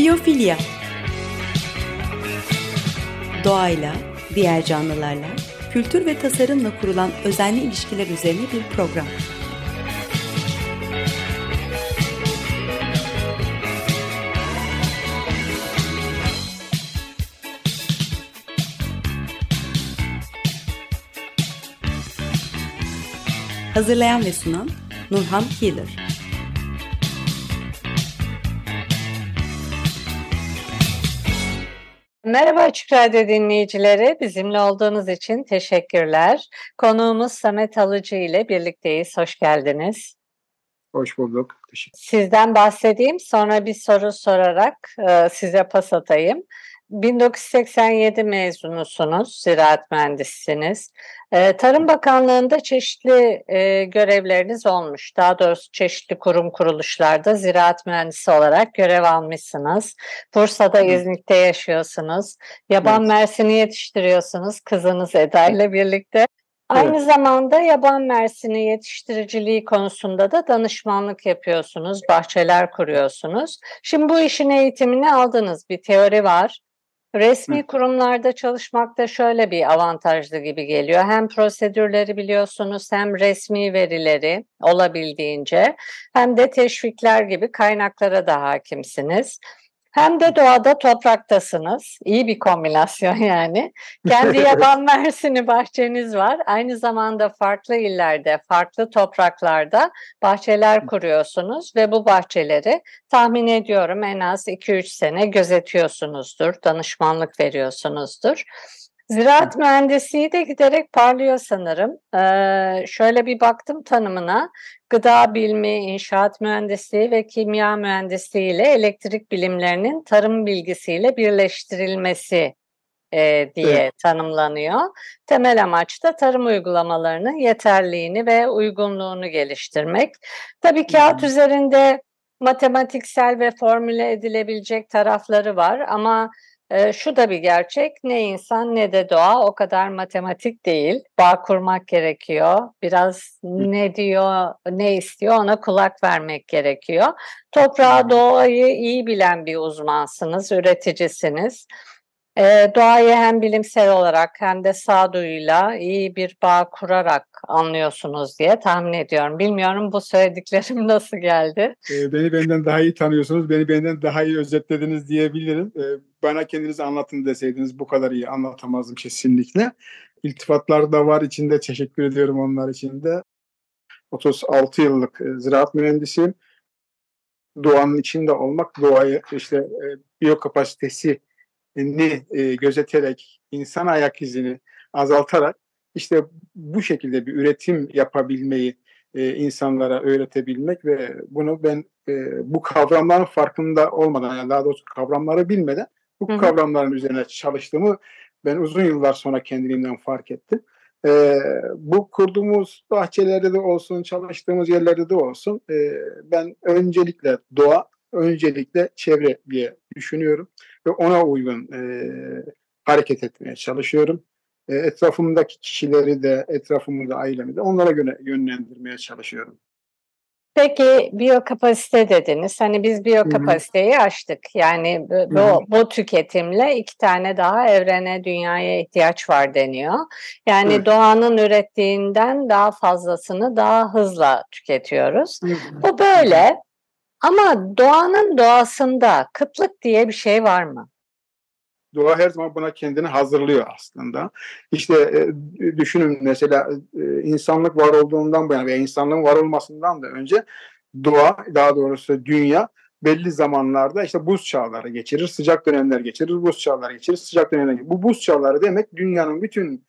Biyofilya. Doğayla, diğer canlılarla, kültür ve tasarımla kurulan özenli ilişkiler üzerine bir program. Hazırlayan ve sunan Nurhan Healer. Merhaba Açık Radyo dinleyicileri, bizimle olduğunuz için teşekkürler. Konuğumuz Samet Alıcı ile birlikteyiz, hoş geldiniz. Hoş bulduk. Sizden bahsedeyim, sonra bir soru sorarak size pas atayım. 1987 mezunusunuz, ziraat mühendisisiniz. Tarım Bakanlığı'nda çeşitli görevleriniz olmuş. Daha doğrusu çeşitli kurum kuruluşlarda ziraat mühendisi olarak görev almışsınız. Bursa'da İznik'te yaşıyorsunuz. Yaban mersini yetiştiriyorsunuz kızınız Eda ile birlikte. Aynı zamanda yaban mersini yetiştiriciliği konusunda da danışmanlık yapıyorsunuz, bahçeler kuruyorsunuz. Şimdi bu işin eğitimini aldınız, bir teori var. Resmi kurumlarda çalışmakta şöyle bir avantajlı gibi geliyor. Hem prosedürleri biliyorsunuz, hem resmi verileri olabildiğince, hem de teşvikler gibi kaynaklara da hakimsiniz. Hem de doğada, topraktasınız. İyi bir kombinasyon yani. Kendi yaban mersini bahçeniz var. Aynı zamanda farklı illerde, farklı topraklarda bahçeler kuruyorsunuz ve bu bahçeleri tahmin ediyorum en az 2-3 sene gözetiyorsunuzdur, danışmanlık veriyorsunuzdur. Ziraat mühendisliği de giderek parlıyor sanırım. Şöyle bir baktım tanımına. Gıda bilimi, inşaat mühendisliği ve kimya mühendisliği ile elektrik bilimlerinin tarım bilgisiyle birleştirilmesi diye tanımlanıyor. Temel amaç da tarım uygulamalarının yeterliğini ve uygunluğunu geliştirmek. Tabii kağıt üzerinde matematiksel ve formüle edilebilecek tarafları var ama şu da bir gerçek, ne insan ne de doğa o kadar matematik değil. Bağ kurmak gerekiyor. Biraz ne diyor, ne istiyor ona kulak vermek gerekiyor. Toprağı, doğayı iyi bilen bir uzmansınız, üreticisiniz. Doğayı hem bilimsel olarak hem de sağduyuyla iyi bir bağ kurarak anlıyorsunuz diye tahmin ediyorum. Bilmiyorum bu söylediklerim nasıl geldi? Beni benden daha iyi tanıyorsunuz, beni benden daha iyi özetlediniz diyebilirim. Bana kendinizi anlatın deseydiniz bu kadar iyi anlatamazdım kesinlikle. İltifatlar da var içinde, teşekkür ediyorum onlar için de. 36 yıllık ziraat mühendisiyim. Doğanın içinde olmak, doğayı biyokapasitesi gözeterek, insan ayak izini azaltarak işte bu şekilde bir üretim yapabilmeyi insanlara öğretebilmek ve bunu ben bu kavramların farkında olmadan, yani daha doğrusu kavramları bilmeden bu kavramların üzerine çalıştığımı ben uzun yıllar sonra kendiliğimden fark ettim. Bu kurduğumuz bahçelerde de olsun, çalıştığımız yerlerde de olsun ben öncelikle doğa, öncelikle çevre diye düşünüyorum ve ona uygun hareket etmeye çalışıyorum. Etrafımdaki kişileri de, etrafımı da, ailemi de onlara göre yönlendirmeye çalışıyorum. Peki biyokapasite dediniz. Hani biz biyokapasiteyi aştık. Yani bu tüketimle 2 tane daha evrene, dünyaya ihtiyaç var deniyor. Yani doğanın ürettiğinden daha fazlasını daha hızla tüketiyoruz. Bu böyle. Ama doğanın doğasında kıtlık diye bir şey var mı? Doğa her zaman buna kendini hazırlıyor aslında. İşte düşünün mesela insanlık var olduğundan bu yana ve insanlığın var olmasından da önce doğa, daha doğrusu dünya belli zamanlarda işte buz çağları geçirir, sıcak dönemler geçirir, buz çağları geçirir, sıcak dönemler geçirir. Bu buz çağları demek dünyanın bütün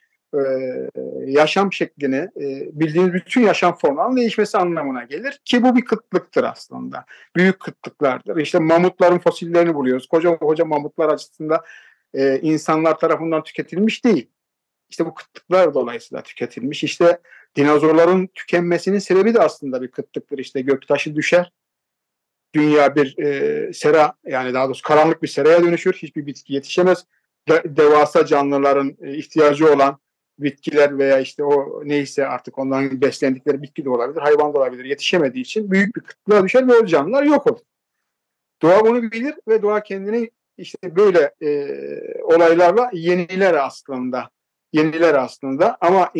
yaşam şeklini, bildiğiniz bütün yaşam formlarının değişmesi anlamına gelir ki bu bir kıtlıktır aslında. Büyük kıtlıklardır. İşte mamutların fosillerini buluyoruz. Koca koca mamutlar açısından insanlar tarafından tüketilmiş değil. İşte bu kıtlıklar dolayısıyla tüketilmiş. İşte dinozorların tükenmesinin sebebi de aslında bir kıtlıktır. İşte göktaşı düşer. Dünya bir sera, yani daha doğrusu karanlık bir seraya dönüşür. Hiçbir bitki yetişemez. Devasa canlıların ihtiyacı olan bitkiler veya işte o neyse artık onların beslendikleri bitki de olabilir, hayvan da olabilir. Yetişemediği için büyük bir kıtlığa düşer ve o canlılar yok olur. Doğa bunu bilir ve doğa kendini işte böyle olaylarla yeniler aslında. Ama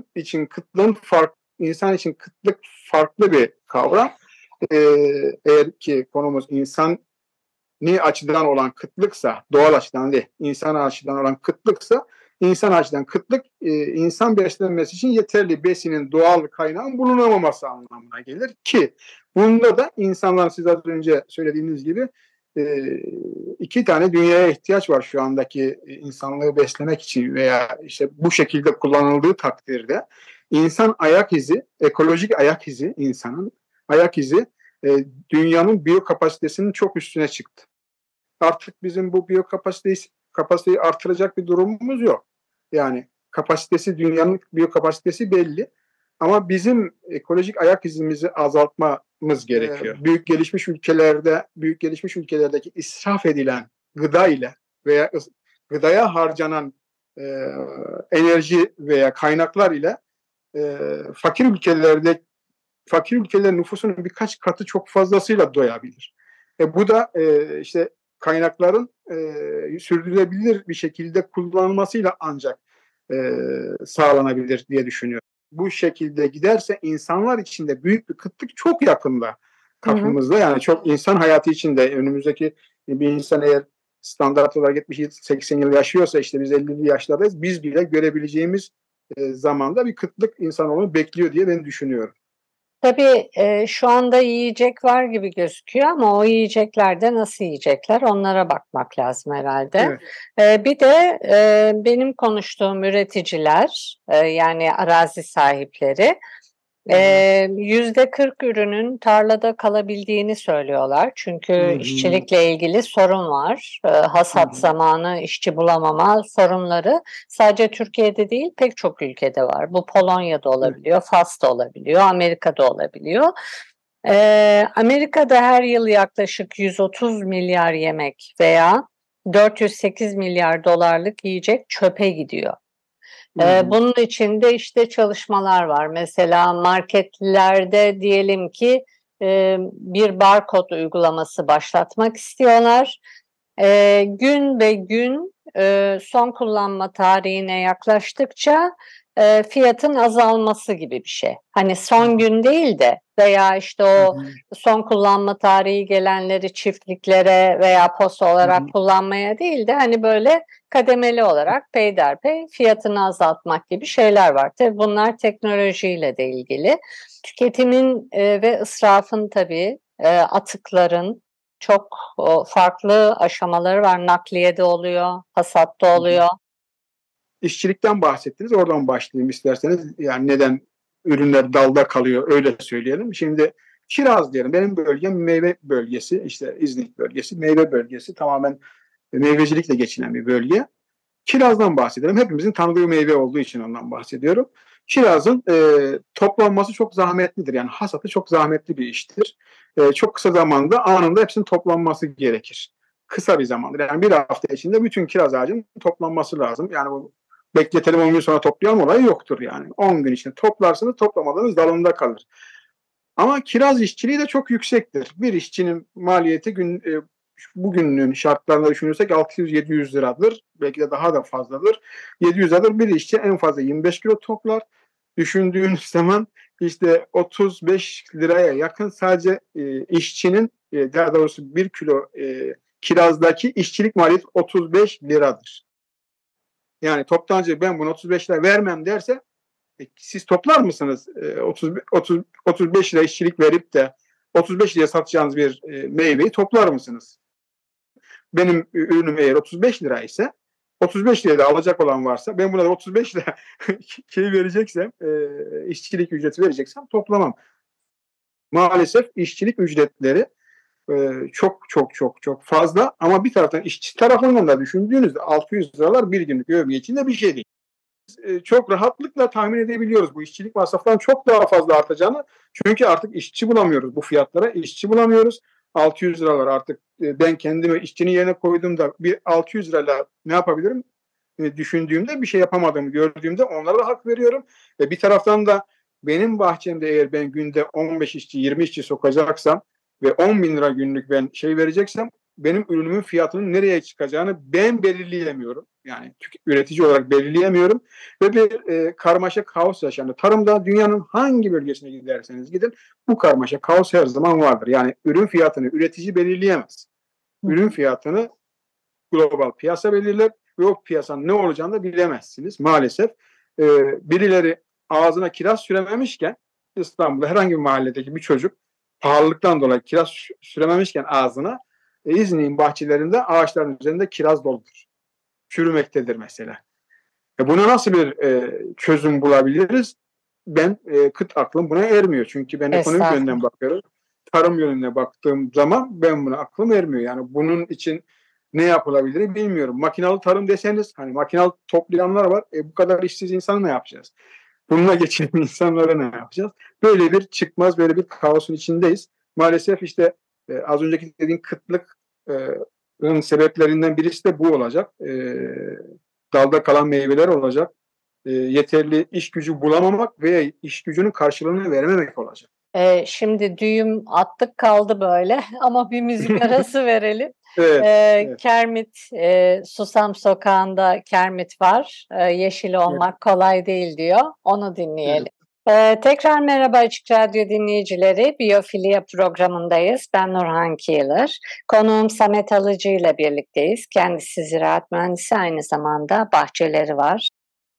insan için kıtlık farklı bir kavram. Eğer ki konumuz insani açıdan olan kıtlıksa, doğal açıdan değil, insan açıdan olan kıtlıksa, insan açıdan kıtlık insan beslenmesi için yeterli besinin doğal kaynağın bulunamaması anlamına gelir ki bunda da insanlar, siz az önce söylediğiniz gibi, iki tane dünyaya ihtiyaç var şu andaki insanlığı beslemek için veya işte bu şekilde kullanıldığı takdirde insan ayak izi, ekolojik ayak izi, insanın ayak izi dünyanın biyokapasitesinin çok üstüne çıktı. Artık bizim bu kapasiteyi artıracak bir durumumuz yok. Yani dünyanın biyokapasitesi belli. Ama bizim ekolojik ayak izimizi azaltmamız gerekiyor. Büyük gelişmiş ülkelerdeki israf edilen gıda ile veya gıdaya harcanan enerji veya kaynaklar ile fakir ülkelerin nüfusunun birkaç katı çok fazlasıyla doyabilir. Bu da işte kaynakların sürdürülebilir bir şekilde kullanılmasıyla ancak sağlanabilir diye düşünüyorum. Bu şekilde giderse insanlar için de büyük bir kıtlık çok yakında kapımızda. Yani çok insan hayatı içinde önümüzdeki bir insan eğer standart olarak 70-80 yıl yaşıyorsa, işte biz 50'li yaşlardayız. Biz bile görebileceğimiz zamanda bir kıtlık insanoğlunu bekliyor diye ben düşünüyorum. Tabii şu anda yiyecek var gibi gözüküyor ama o yiyecekler de nasıl yiyecekler, onlara bakmak lazım herhalde. Evet. Bir de benim konuştuğum üreticiler, yani arazi sahipleri, %40 ürünün tarlada kalabildiğini söylüyorlar. Çünkü işçilikle ilgili sorun var. Hasat zamanı işçi bulamama sorunları sadece Türkiye'de değil, pek çok ülkede var. Bu Polonya'da olabiliyor, Fas'ta olabiliyor, Amerika'da olabiliyor. Amerika'da her yıl yaklaşık 130 milyar yemek veya 408 milyar dolarlık yiyecek çöpe gidiyor. Bunun için de işte çalışmalar var. Mesela marketlerde diyelim ki bir barkod uygulaması başlatmak istiyorlar. Gün be gün son kullanma tarihine yaklaştıkça fiyatın azalması gibi bir şey. Hani son gün değil de veya işte o son kullanma tarihi gelenleri çiftliklere veya posta olarak kullanmaya değil de hani böyle kademeli olarak peyderpey fiyatını azaltmak gibi şeyler var. Tabii bunlar teknolojiyle de ilgili. Tüketimin ve israfın tabii atıkların çok farklı aşamaları var. Nakliyede oluyor, hasatta oluyor. İşçilikten bahsettiniz. Oradan başlayayım isterseniz. Yani neden ürünler dalda kalıyor, öyle söyleyelim. Şimdi kiraz diyelim. Benim bölgem meyve bölgesi. İşte İznik bölgesi, meyve bölgesi. Tamamen meyvecilikle geçinen bir bölge. Kirazdan bahsedelim. Hepimizin tanıdığı meyve olduğu için ondan bahsediyorum. Kirazın toplanması çok zahmetlidir. Yani hasatı çok zahmetli bir iştir. Çok kısa zamanda anında hepsinin toplanması gerekir. Kısa bir zamandır. Yani bir hafta içinde bütün kiraz ağacının toplanması lazım. Yani bu bekletelim 10 gün sonra toplayalım olayı yoktur yani. 10 gün içinde toplarsınız, toplamadığınız dalında kalır. Ama kiraz işçiliği de çok yüksektir. Bir işçinin maliyeti bugünün şartlarında düşünürsek 600-700 liradır. Belki de daha da fazladır. 700 liradır. Bir işçi en fazla 25 kilo toplar. Düşündüğünüz zaman işte 35 liraya yakın sadece işçinin, daha doğrusu 1 kilo kirazdaki işçilik maliyeti 35 liradır. Yani toptancı ben bunu 35 lira vermem derse siz toplar mısınız? 35 lira işçilik verip de 35 liraya satacağınız bir meyveyi toplar mısınız? Benim ürünüm eğer 35 lira ise 35 liraya da alacak olan varsa ben buna da 35 lira vereceksem, işçilik ücreti vereceksem toplamam. Maalesef işçilik ücretleri çok fazla ama bir taraftan işçi tarafından da düşündüğünüzde 600 liralar bir günlük övgü için de bir şey değil. Çok rahatlıkla tahmin edebiliyoruz bu işçilik masraflarının çok daha fazla artacağını. Çünkü artık işçi bulamıyoruz bu fiyatlara. İşçi bulamıyoruz. 600 liralar artık ben kendimi işçinin yerine koyduğumda bir 600 lirayla ne yapabilirim? Düşündüğümde bir şey yapamadığımı gördüğümde onlara da hak veriyorum. Ve bir taraftan da benim bahçemde eğer ben günde 15 işçi 20 işçi sokacaksam ve 10 bin lira günlük ben şey vereceksem benim ürünümün fiyatının nereye çıkacağını ben belirleyemiyorum. Yani üretici olarak belirleyemiyorum ve bir karmaşa, kaos yaşandı. Tarımda dünyanın hangi bölgesine giderseniz gidin bu karmaşa, kaos her zaman vardır. Yani ürün fiyatını üretici belirleyemez. Ürün fiyatını global piyasa belirler ve o piyasanın ne olacağını da bilemezsiniz. Maalesef birileri ağzına kiraz sürememişken İstanbul'da herhangi bir mahalledeki bir çocuk pahalılıktan dolayı kiraz sürememişken ağzına İznik'in bahçelerinde ağaçların üzerinde kiraz doludur. Çürümektedir mesela. Buna nasıl bir çözüm bulabiliriz? Ben kıt aklım buna ermiyor. Çünkü ben ekonomik yönden bakıyorum. Tarım yönüne baktığım zaman ben buna aklım ermiyor. Yani bunun için ne yapılabilir bilmiyorum. Makinalı tarım deseniz hani makinalı toplayanlar var. Bu kadar işsiz insanı ne yapacağız? Bununla geçinen insanlara ne yapacağız? Böyle bir çıkmaz, böyle bir kaosun içindeyiz. Maalesef işte az önceki dediğim kıtlıkın sebeplerinden birisi de bu olacak. Dalda kalan meyveler olacak. Yeterli iş gücü bulamamak veya iş gücünün karşılığını verememek olacak. Şimdi düğüm attık kaldı böyle ama bir müzik arası verelim. Evet, evet. Kermit, Susam Sokağı'nda Kermit var. Yeşil olmak kolay değil diyor. Onu dinleyelim. Tekrar merhaba Açık Radyo dinleyicileri. Biyofilya programındayız. Ben Nurhan Keeler. Konuğum Samet Alıcı ile birlikteyiz. Kendisi ziraat mühendisi, aynı zamanda bahçeleri var.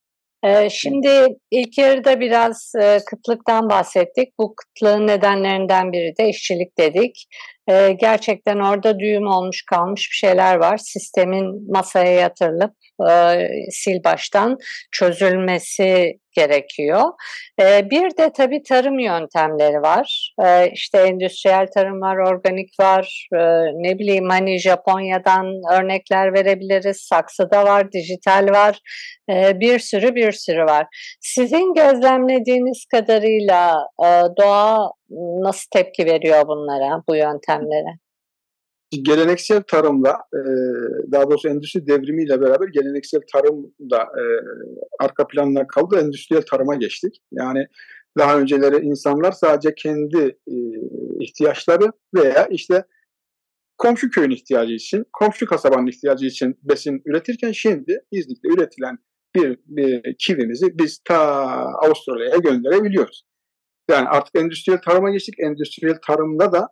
Şimdi ilk yarıda biraz kıtlıktan bahsettik. Bu kıtlığın nedenlerinden biri de işçilik dedik. Gerçekten orada düğüm olmuş kalmış bir şeyler var. Sistemin masaya yatırılıp sil baştan çözülmesi gerekiyor. Bir de tabii tarım yöntemleri var. İşte endüstriyel tarım var, organik var. Ne bileyim hani Japonya'dan örnekler verebiliriz. Saksıda var, dijital var. Bir sürü var. Sizin gözlemlediğiniz kadarıyla doğa nasıl tepki veriyor bunlara, bu yöntemlere? Geleneksel tarımla, daha doğrusu endüstri devrimiyle beraber geleneksel tarım da arka planına kaldı, endüstriyel tarıma geçtik. Yani daha önceleri insanlar sadece kendi ihtiyaçları veya işte komşu köyün ihtiyacı için, komşu kasabanın ihtiyacı için besin üretirken şimdi İznik'te üretilen bir kivimizi biz ta Avustralya'ya gönderebiliyoruz. Yani artık endüstriyel tarıma geçtik. Endüstriyel tarımda da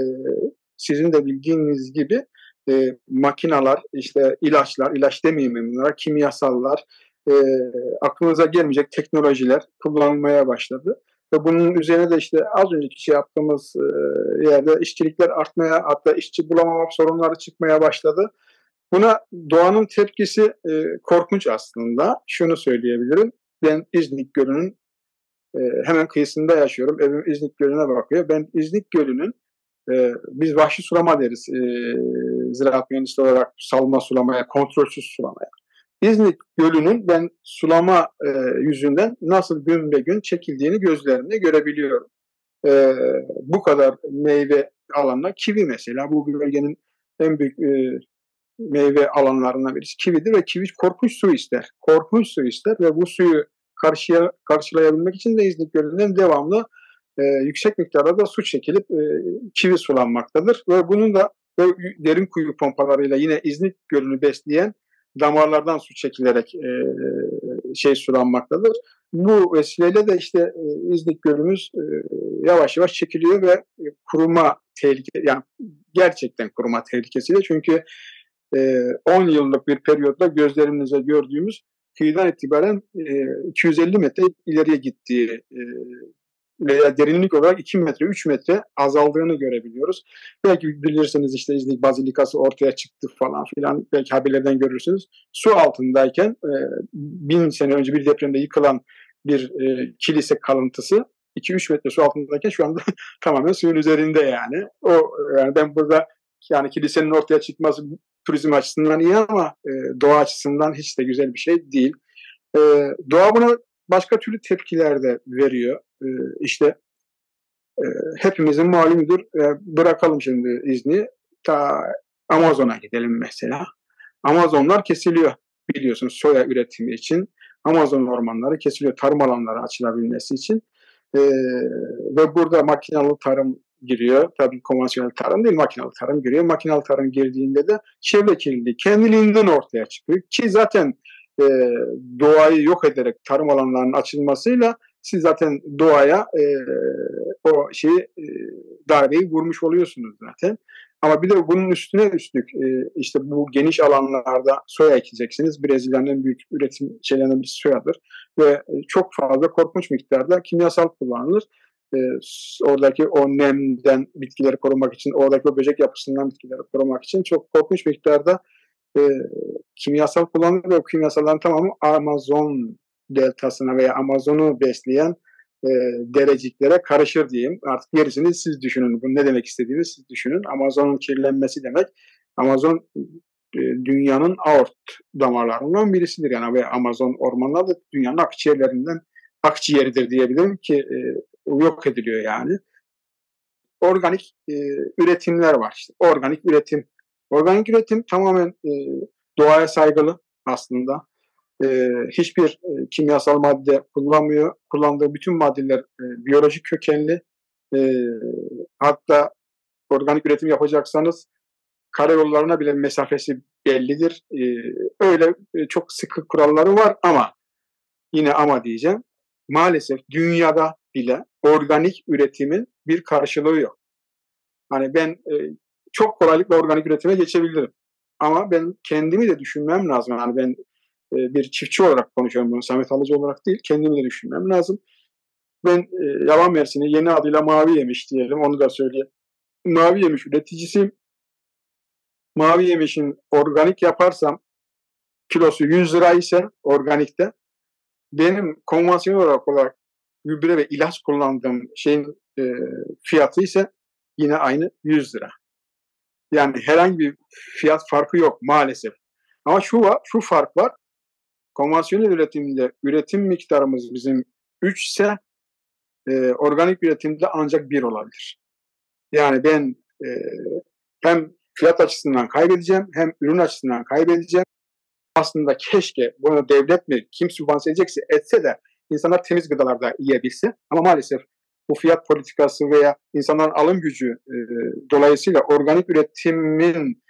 sizin de bildiğiniz gibi makinalar, işte ilaçlar, ilaç demeyeyim bunlara, kimyasallar, aklınıza gelmeyecek teknolojiler kullanılmaya başladı. Ve bunun üzerine de işte az önceki yaptığımız yerde işçilikler artmaya, hatta işçi bulamamak sorunları çıkmaya başladı. Buna doğanın tepkisi korkunç aslında. Şunu söyleyebilirim. Ben İznik Gölü'nün hemen kıyısında yaşıyorum. Evim İznik Gölü'ne bakıyor. Ben İznik Gölü'nün biz vahşi sulama deriz ziraat mühendisi olarak, salma sulamaya, kontrolsüz sulamaya. İznik Gölü'nün ben sulama yüzünden nasıl gün be gün çekildiğini gözlerimle görebiliyorum. Bu kadar meyve alanına kivi mesela, bu bölgenin en büyük meyve alanlarından birisi kividir ve kivi korkunç su ister. Korkunç su ister ve bu suyu karşılayabilmek için de İznik Gölü'nden devamlı yüksek miktarda da su çekilip kivi sulanmaktadır. Ve bunun da derin kuyu pompalarıyla yine İznik Gölü'nü besleyen damarlardan su çekilerek sulanmaktadır. Bu vesileyle de işte İznik Gölü'müz yavaş yavaş çekiliyor ve kuruma tehlikesi, yani gerçekten kuruma tehlikesiyle, çünkü 10 yıllık bir periyotta gözlerimizle gördüğümüz kıyıdan itibaren 250 metre ileriye gittiği veya derinlik olarak 2 metre, 3 metre azaldığını görebiliyoruz. Belki bilirsiniz işte İznik Bazilikası ortaya çıktı falan filan, belki haberlerden görürsünüz. Su altındayken 1000 sene önce bir depremde yıkılan bir kilise kalıntısı 2-3 metre su altındayken şu anda tamamen suyun üzerinde yani. Yani ben burada yani kilisenin ortaya çıkması turizm açısından iyi ama doğa açısından hiç de güzel bir şey değil. Doğa buna başka türlü tepkiler de veriyor. İşte hepimizin malumudur. Bırakalım şimdi izni. Ta Amazon'a gidelim mesela. Amazonlar kesiliyor biliyorsunuz soya üretimi için. Amazon ormanları kesiliyor tarım alanları açılabilmesi için. Ve burada makinalı tarım giriyor. Tabii konvansiyonel tarım değil, makinalı tarım giriyor. Makinalı tarım girdiğinde de çevre kirliliği kendiliğinden ortaya çıkıyor. Ki zaten doğayı yok ederek tarım alanlarının açılmasıyla siz zaten doğaya o darbeyi vurmuş oluyorsunuz zaten. Ama bir de bunun üstüne üstlük işte bu geniş alanlarda soya ekeceksiniz. Brezilya'nın en büyük üretim şeylerinden birisi soyadır. Ve çok fazla korkunç miktarda kimyasal kullanılır. Oradaki o nemden bitkileri korumak için, oradaki o böcek yapısından bitkileri korumak için çok korkunç miktarda kimyasal kullanılır ve o kimyasalların tamamı Amazon deltasına veya Amazon'u besleyen dereciklere karışır diyeyim. Artık gerisini siz düşünün. Bu ne demek istediğini siz düşünün. Amazon'un kirlenmesi demek. Amazon dünyanın aort damarlarından birisidir. Yani ve Amazon ormanları da dünyanın akciğeridir diyebilirim ki yok ediliyor yani. Organik üretimler var işte. Organik üretim. Organik üretim tamamen doğaya saygılı aslında. Hiçbir kimyasal madde kullanmıyor. Kullandığı bütün maddeler biyolojik kökenli. Hatta organik üretim yapacaksanız karayollarına bile mesafesi bellidir. Öyle çok sıkı kuralları var ama yine ama diyeceğim. Maalesef dünyada bile organik üretimin bir karşılığı yok. Hani ben çok kolaylıkla organik üretime geçebilirim. Ama ben kendimi de düşünmem lazım. Yani ben bir çiftçi olarak konuşuyorum bunu. Samet Alıcı olarak değil. Kendimi de düşünmem lazım. Ben yaban mersini yeni adıyla mavi yemiş diyelim. Onu da söyleyeyim. Mavi yemiş üreticisiyim. Mavi yemişin organik yaparsam kilosu 100 lira ise organikte benim konvansiyonel olarak gübre ve ilaç kullandığım şeyin fiyatı ise yine aynı 100 lira. Yani herhangi bir fiyat farkı yok maalesef. Ama şu fark var. Konvansiyonel üretimde üretim miktarımız bizim 3 ise organik üretimde ancak 1 olabilir. Yani ben hem fiyat açısından kaybedeceğim hem ürün açısından kaybedeceğim. Aslında keşke bunu devlet mi kim sübvanse edecekse etse de insanlar temiz gıdalarda yiyebilse. Ama maalesef bu fiyat politikası veya insanların alım gücü dolayısıyla organik üretimin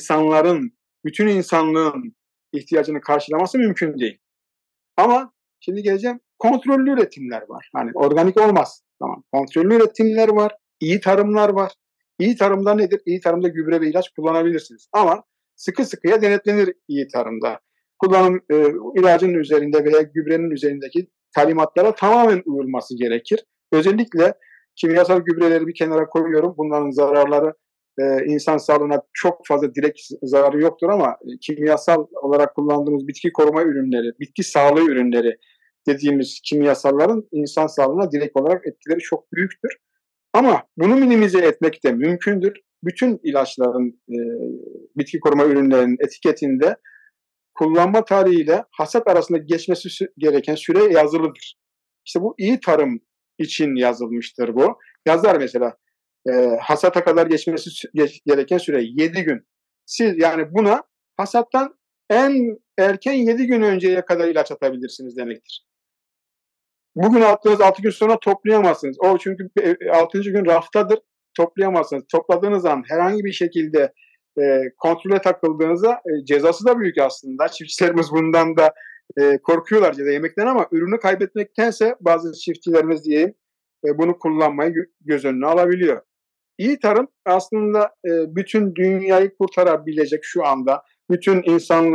bütün insanlığın ihtiyacını karşılaması mümkün değil. Ama şimdi geleceğim, kontrollü üretimler var. Hani organik olmaz. Tamam. Kontrollü üretimler var. İyi tarımlar var. İyi tarımda nedir? İyi tarımda gübre ve ilaç kullanabilirsiniz. Ama sıkı sıkıya denetlenir iyi tarımda. Kullanım ilacın üzerinde veya gübrenin üzerindeki talimatlara tamamen uyulması gerekir. Özellikle kimyasal gübreleri bir kenara koyuyorum. Bunların zararları insan sağlığına çok fazla direkt zararı yoktur ama kimyasal olarak kullandığımız bitki koruma ürünleri, bitki sağlığı ürünleri dediğimiz kimyasalların insan sağlığına direkt olarak etkileri çok büyüktür. Ama bunu minimize etmek de mümkündür. Bütün ilaçların, bitki koruma ürünlerinin etiketinde kullanma tarihiyle hasat arasında geçmesi gereken süre yazılıdır. İşte bu iyi tarım için yazılmıştır bu. Yazar mesela hasata kadar geçmesi gereken süre 7 gün. Siz yani buna hasattan en erken 7 gün önceye kadar ilaç atabilirsiniz demektir. Bugün attığınız 6 gün sonra toplayamazsınız. O çünkü 6. gün raftadır. Toplayamazsınız. Topladığınız an herhangi bir şekilde kontrole takıldığınızda cezası da büyük aslında. Çiftçilerimiz bundan da korkuyorlar ceza yemekten ama ürünü kaybetmektense bazı çiftçilerimiz diyeyim bunu kullanmayı göz önüne alabiliyor. İyi tarım aslında bütün dünyayı kurtarabilecek şu anda. Bütün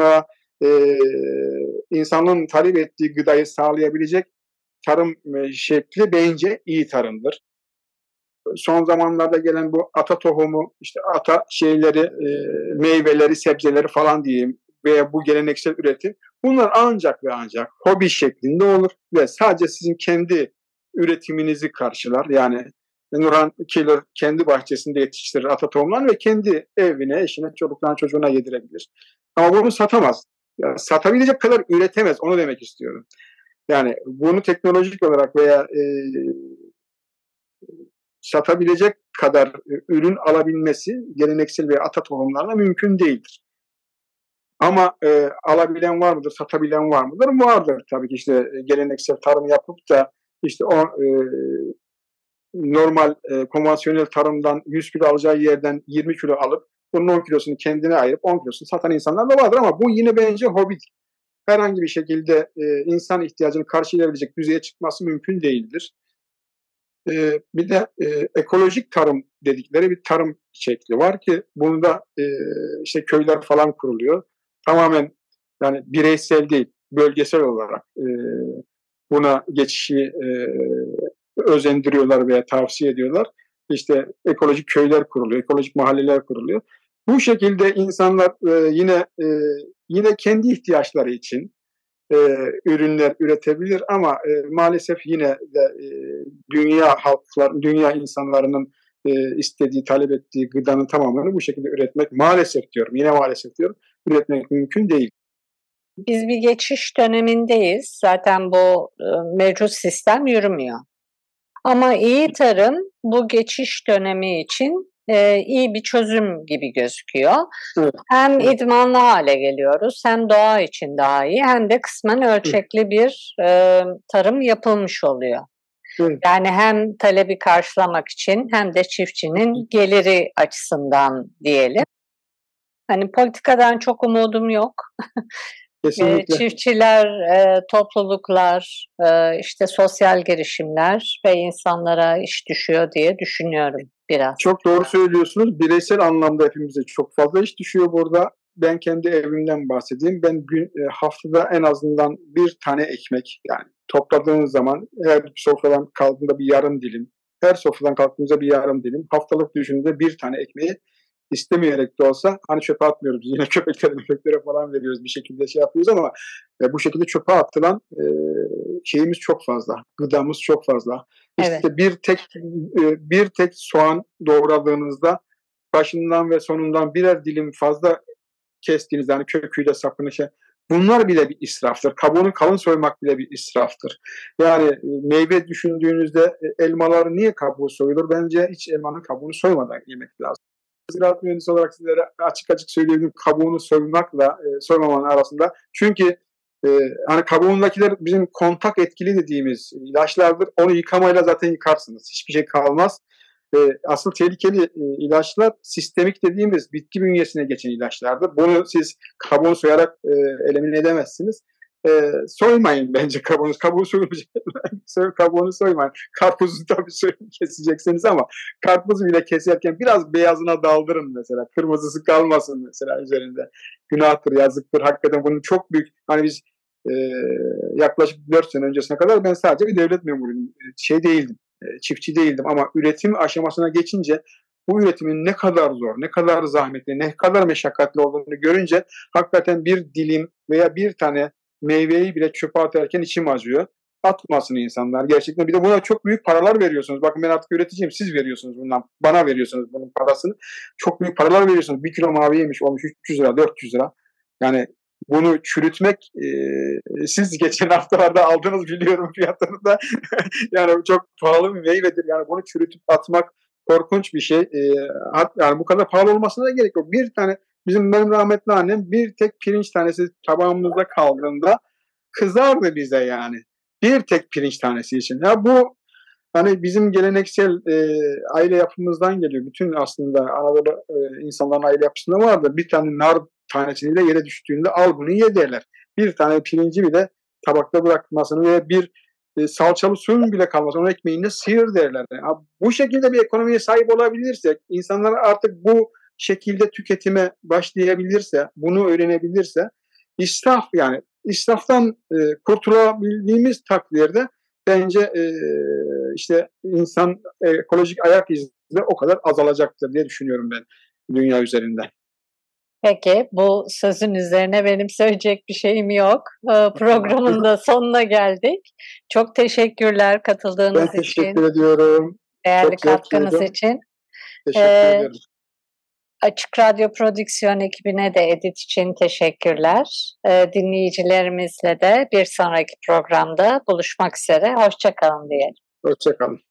insanlığın talep ettiği gıdayı sağlayabilecek tarım şekli bence iyi tarımdır. Son zamanlarda gelen bu ata tohumu, işte ata meyveleri, sebzeleri falan diyeyim veya bu geleneksel üretim bunlar ancak ve ancak hobi şeklinde olur ve sadece sizin kendi üretiminizi karşılar. Yani Nurhan Killer kendi bahçesinde yetiştirir ata tohumlarını ve kendi evine, eşine, çocuklarına, çocuğuna yedirebilir. Ama bunu satamaz. Yani satabilecek kadar üretemez. Onu demek istiyorum. Yani bunu teknolojik olarak veya satabilecek kadar ürün alabilmesi geleneksel veya ata tohumlarla mümkün değildir. Ama alabilen var mıdır, satabilen var mıdır? Vardır tabii ki işte geleneksel tarım yapıp da işte o normal konvansiyonel tarımdan 100 kilo alacağı yerden 20 kilo alıp bunun 10 kilosunu kendine ayırıp 10 kilosunu satan insanlar da vardır ama bu yine bence hobi. Herhangi bir şekilde insan ihtiyacını karşılayabilecek düzeye çıkması mümkün değildir. Bir de ekolojik tarım dedikleri bir tarım şekli var ki bunda işte köyler falan kuruluyor. Tamamen yani bireysel değil, bölgesel olarak buna geçişi özendiriyorlar veya tavsiye ediyorlar. İşte ekolojik köyler kuruluyor, ekolojik mahalleler kuruluyor. Bu şekilde insanlar yine kendi ihtiyaçları için ürünler üretebilir ama maalesef yine de dünya insanlarının istediği, talep ettiği gıdanın tamamını bu şekilde üretmek maalesef diyorum, yine maalesef diyorum, üretmek mümkün değil. Biz bir geçiş dönemindeyiz. Zaten bu mevcut sistem yürümüyor. Ama iyi tarım bu geçiş dönemi için iyi bir çözüm gibi gözüküyor. Evet. Hem idmanlı hale geliyoruz, hem doğa için daha iyi, hem de kısmen ölçekli bir tarım yapılmış oluyor. Evet. Yani hem talebi karşılamak için hem de çiftçinin geliri açısından diyelim. Hani politikadan çok umudum yok. Kesinlikle. Çiftçiler, topluluklar, işte sosyal girişimler ve insanlara iş düşüyor diye düşünüyorum biraz. Çok doğru söylüyorsunuz. Bireysel anlamda hepimize çok fazla iş düşüyor burada. Ben kendi evimden bahsedeyim. Ben haftada en azından bir tane ekmek, yani topladığınız zaman her sofradan kaldığında bir yarım dilim, her sofradan kalktığımızda bir yarım dilim, haftalık düşündüğünde bir tane ekmeği istemeyerek de olsa hani çöpe atmıyoruz. Yine köpeklere falan veriyoruz, bir şekilde şey yapıyoruz ama bu şekilde çöpe atılan şeyimiz çok fazla. Gıdamız çok fazla. Evet. İşte bir tek soğan doğradığınızda başından ve sonundan birer dilim fazla kestiğinizde, hani köküyle sapını bunlar bile bir israftır. Kabuğunu kalın soymak bile bir israftır. Yani meyve düşündüğünüzde elmaları niye kabuğu soyulur? Bence hiç elmanın kabuğunu soymadan yemek lazım. Ziraat mühendisi olarak sizlere açık söyleyebilirim, kabuğunu soymakla soymamanın arasında. Çünkü hani kabuğundakiler bizim kontak etkili dediğimiz ilaçlardır. Onu yıkamayla zaten yıkarsınız. Hiçbir şey kalmaz. Asıl tehlikeli ilaçlar sistemik dediğimiz bitki bünyesine geçen ilaçlardır. Bunu siz kabuğunu soyarak elimine edemezsiniz. Soymayın bence kabuğunu. Kabuğu soyulmayacak. Kabuğunu soymayın. Karpuzu tabii keseceksiniz ama karpuzu bile keserken biraz beyazına daldırın mesela. Kırmızısı kalmasın mesela üzerinde. Günahtır, yazıktır. Hakikaten bunun çok büyük, hani biz yaklaşık 4 sene öncesine kadar ben sadece bir devlet memuruyum. Değildim. Çiftçi değildim ama üretim aşamasına geçince bu üretimin ne kadar zor, ne kadar zahmetli, ne kadar meşakkatli olduğunu görünce hakikaten bir dilim veya bir tane meyveyi bile çöpe atarken içim acıyor. Atmasın insanlar gerçekten. Bir de buna çok büyük paralar veriyorsunuz. Bakın ben artık üreticiyim. Siz veriyorsunuz bundan. Bana veriyorsunuz bunun parasını. Çok büyük paralar veriyorsunuz. 1 kilo mavi yemiş olmuş 300 lira, 400 lira. Yani bunu çürütmek, siz geçen haftalarda aldınız biliyorum fiyatını da. Yani çok pahalı bir meyvedir. Yani bunu çürütüp atmak korkunç bir şey. Yani bu kadar pahalı olmasına da gerek yok. Benim rahmetli annem bir tek pirinç tanesi tabağımızda kaldığında kızardı bize yani. Bir tek pirinç tanesi için. Ya bu hani bizim geleneksel aile yapımızdan geliyor. Bütün aslında Anadolu insanların aile yapısında vardır. Bir tane nar tanesiyle yere düştüğünde al bunu ye derler. Bir tane pirinci bile tabakta bırakmasını veya bir salçalı suyun bile kalmasını, onun ekmeğinde sıyır derler. Yani bu şekilde bir ekonomiye sahip olabilirsek, insanlar artık bu şekilde tüketime başlayabilirse, bunu öğrenebilirse, israftan kurtulabildiğimiz takdirde bence işte insan ekolojik ayak izi de o kadar azalacaktır diye düşünüyorum ben dünya üzerinde. Peki, bu sözün üzerine benim söyleyecek bir şeyim yok. Programın da sonuna geldik. Çok teşekkürler katıldığınız için. Ben teşekkür ediyorum. Değerli Çok katkınız zevkliydi. için. Teşekkür ederim. Açık Radyo Prodüksiyon ekibine de edit için teşekkürler. Dinleyicilerimizle de bir sonraki programda buluşmak üzere. Hoşça kalın diyelim. Hoşça kalın.